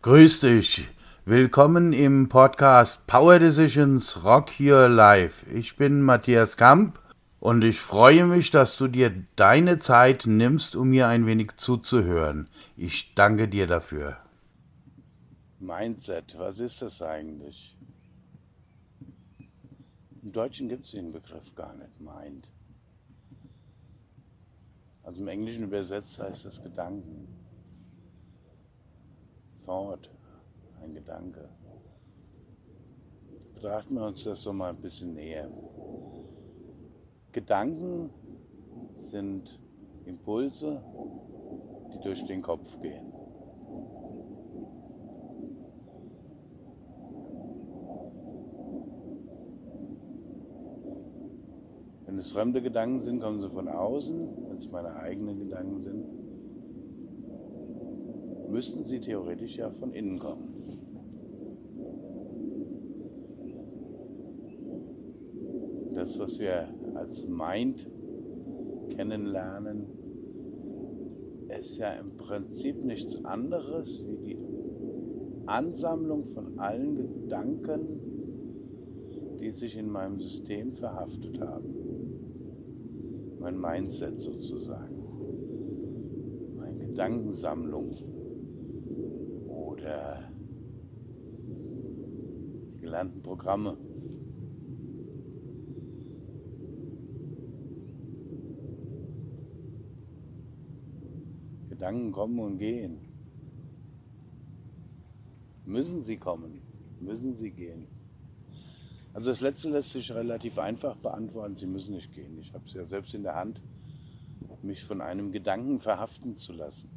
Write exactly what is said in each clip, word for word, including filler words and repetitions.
Grüß dich. Willkommen im Podcast Power Decisions Rock Your Life. Ich bin Matthias Kamp und ich freue mich, dass du dir deine Zeit nimmst, um mir ein wenig zuzuhören. Ich danke dir dafür. Mindset, was ist das eigentlich? Im Deutschen gibt es den Begriff gar nicht, Mind. Also im Englischen übersetzt heißt das Gedanken. Thought, ein Gedanke. Betrachten wir uns das so mal ein bisschen näher. Gedanken sind Impulse, die durch den Kopf gehen. Wenn es fremde Gedanken sind, kommen sie von außen. Wenn es meine eigenen Gedanken sind, müssten sie theoretisch ja von innen kommen. Das, was wir als Mind kennenlernen, ist ja im Prinzip nichts anderes wie die Ansammlung von allen Gedanken, die sich in meinem System verhaftet haben. Mein Mindset sozusagen. Meine Gedankensammlung. Oder die gelernten Programme. Gedanken kommen und gehen. Müssen sie kommen? Müssen sie gehen? Also das Letzte lässt sich relativ einfach beantworten. Sie müssen nicht gehen. Ich habe es ja selbst in der Hand, mich von einem Gedanken verhaften zu lassen.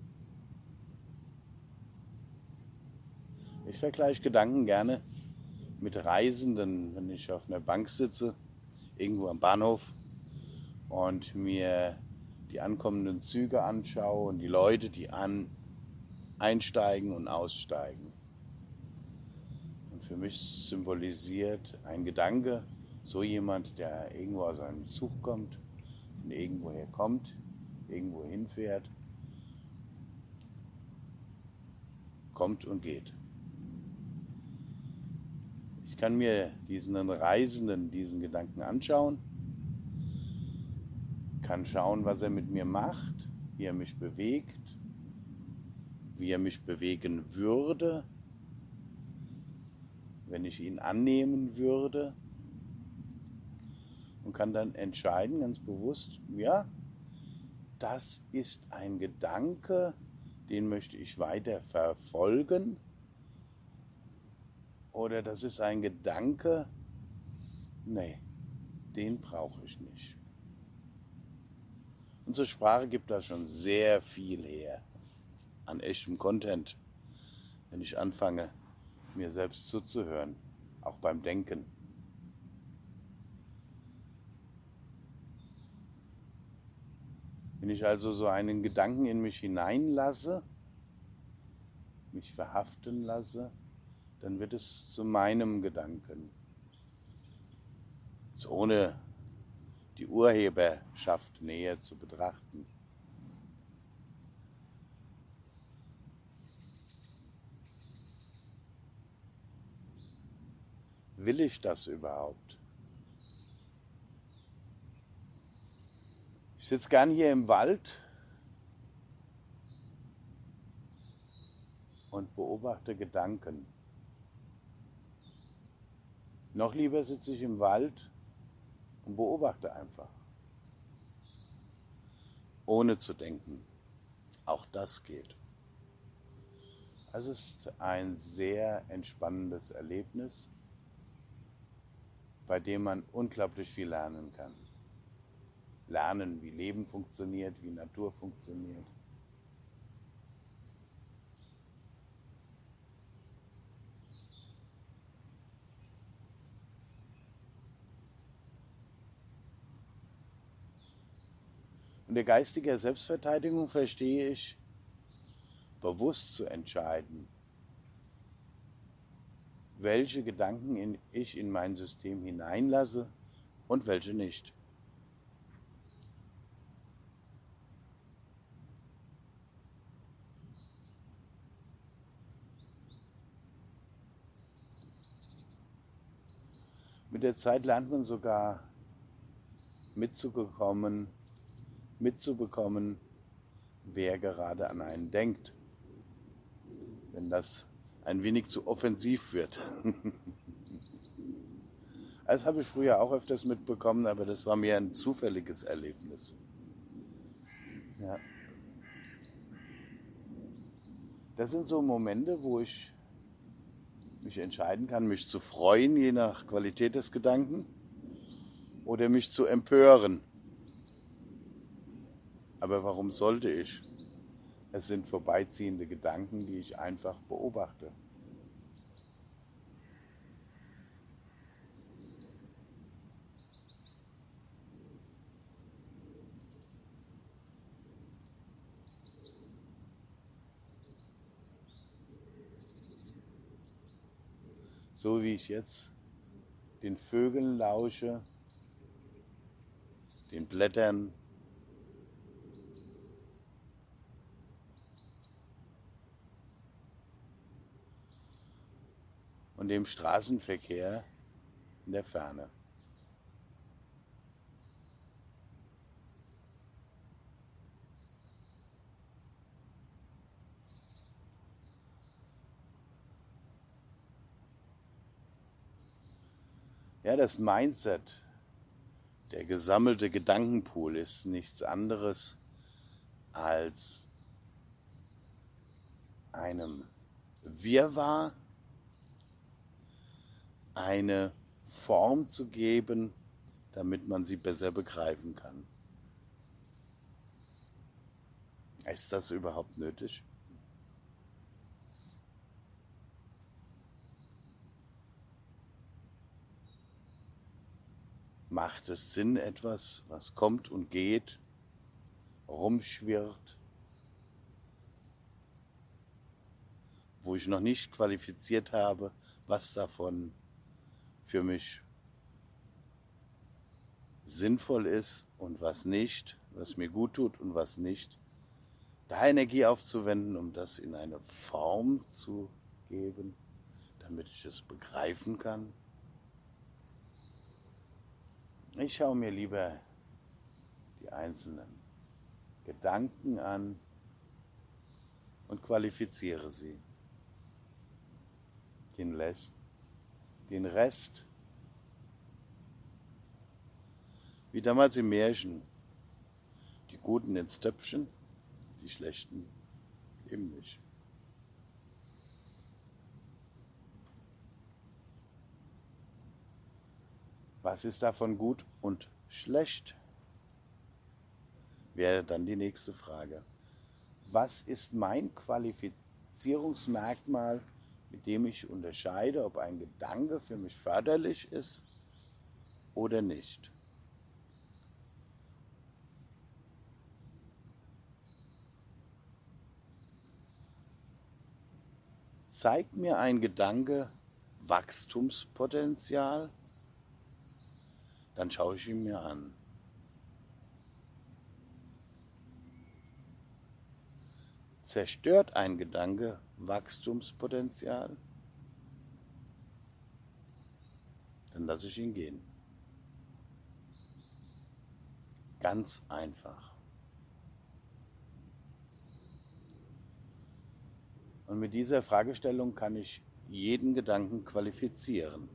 Ich vergleiche Gedanken gerne mit Reisenden, wenn ich auf einer Bank sitze, irgendwo am Bahnhof und mir die ankommenden Züge anschaue und die Leute, die an, einsteigen und aussteigen. Und für mich symbolisiert ein Gedanke so jemand, der irgendwo aus einem Zug kommt, von irgendwoher kommt, irgendwo hinfährt, kommt und geht. Ich kann mir diesen Reisenden, diesen Gedanken anschauen, kann schauen, was er mit mir macht, wie er mich bewegt, wie er mich bewegen würde, wenn ich ihn annehmen würde, und kann dann entscheiden, ganz bewusst, ja, das ist ein Gedanke, den möchte ich weiter verfolgen, oder das ist ein Gedanke, nee, den brauche ich nicht. Unsere Sprache gibt da schon sehr viel her an echtem Content, wenn ich anfange, mir selbst zuzuhören, auch beim Denken. Wenn ich also so einen Gedanken in mich hineinlasse, mich verhaften lasse, dann wird es zu meinem Gedanken. Jetzt ohne die Urheberschaft näher zu betrachten. Will ich das überhaupt? Ich sitze gern hier im Wald und beobachte Gedanken. Noch lieber sitze ich im Wald und beobachte einfach. Ohne zu denken. Auch das geht. Es ist ein sehr entspannendes Erlebnis, bei dem man unglaublich viel lernen kann. Lernen, wie Leben funktioniert, wie Natur funktioniert. Unter geistiger Selbstverteidigung verstehe ich, bewusst zu entscheiden, welche Gedanken in, ich in mein System hineinlasse und welche nicht. Mit der Zeit lernt man sogar mitzubekommen, mitzubekommen, wer gerade an einen denkt, wenn das ein wenig zu offensiv wird. Das habe ich früher auch öfters mitbekommen, aber das war mir ein zufälliges Erlebnis. Ja. Das sind so Momente, wo ich mich entscheiden kann, mich zu freuen, je nach Qualität des Gedanken, oder mich zu empören. Aber warum sollte ich? Es sind vorbeiziehende Gedanken, die ich einfach beobachte. So wie ich jetzt den Vögeln lausche, den Blättern, und dem Straßenverkehr in der Ferne. Ja, das Mindset, der gesammelte Gedankenpool ist nichts anderes als einem Wirrwarr eine Form zu geben, damit man sie besser begreifen kann. Ist das überhaupt nötig? Macht es Sinn, etwas, was kommt und geht, rumschwirrt, wo ich noch nicht qualifiziert habe, was davon für mich sinnvoll ist und was nicht, was mir gut tut und was nicht, da Energie aufzuwenden, um das in eine Form zu geben, damit ich es begreifen kann? Ich schaue mir lieber die einzelnen Gedanken an und qualifiziere sie. Den Rest, den Rest, wie damals im Märchen, die Guten ins Töpfchen, die Schlechten eben nicht. Was ist davon gut und schlecht? Wäre dann die nächste Frage. Was ist mein Qualifizierungsmerkmal, mit dem ich unterscheide, ob ein Gedanke für mich förderlich ist oder nicht? Zeigt mir ein Gedanke Wachstumspotenzial, dann schaue ich ihn mir an. Zerstört ein Gedanke Wachstumspotenzial, dann lasse ich ihn gehen. Ganz einfach. Und mit dieser Fragestellung kann ich jeden Gedanken qualifizieren.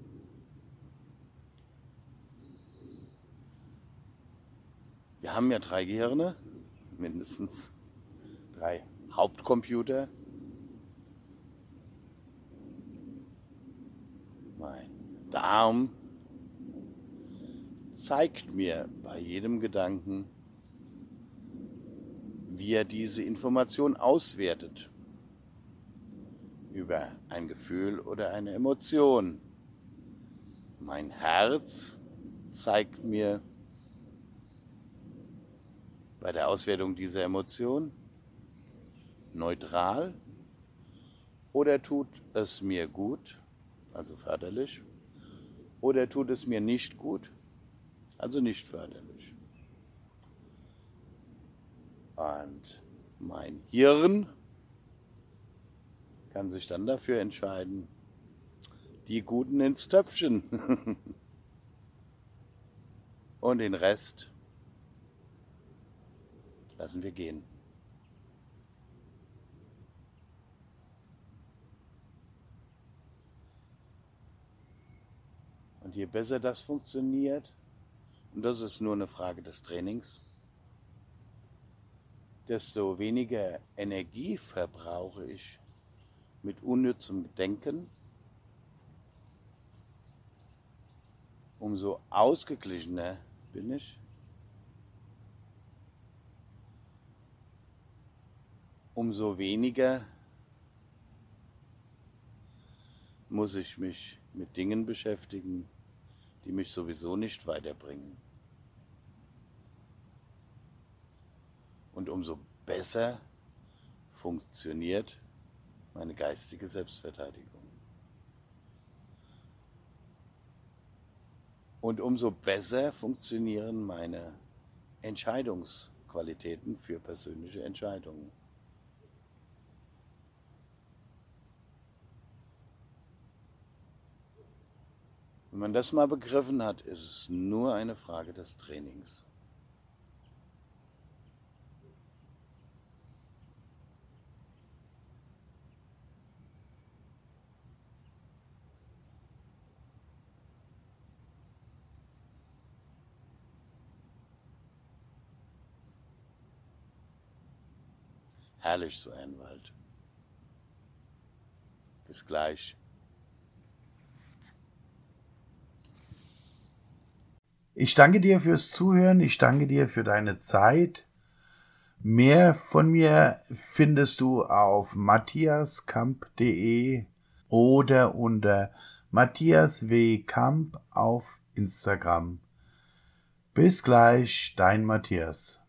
Wir haben ja drei Gehirne, mindestens drei Hauptcomputer. Mein Darm zeigt mir bei jedem Gedanken, wie er diese Information auswertet. Über ein Gefühl oder eine Emotion. Mein Herz zeigt mir bei der Auswertung dieser Emotion neutral oder tut es mir gut, also förderlich, oder tut es mir nicht gut, also nicht förderlich. Und mein Hirn kann sich dann dafür entscheiden, die Guten ins Töpfchen. Und den Rest lassen wir gehen. Und je besser das funktioniert, und das ist nur eine Frage des Trainings, desto weniger Energie verbrauche ich mit unnützem Denken, umso ausgeglichener bin ich, umso weniger muss ich mich mit Dingen beschäftigen, die mich sowieso nicht weiterbringen. Und umso besser funktioniert meine geistige Selbstverteidigung. Und umso besser funktionieren meine Entscheidungsqualitäten für persönliche Entscheidungen. Wenn man das mal begriffen hat, ist es nur eine Frage des Trainings. Herrlich so ein Wald. Bis gleich. Ich danke dir fürs Zuhören, ich danke dir für deine Zeit. Mehr von mir findest du auf matthias kamp punkt de oder unter Matthias W. Kamp auf Instagram. Bis gleich, dein Matthias.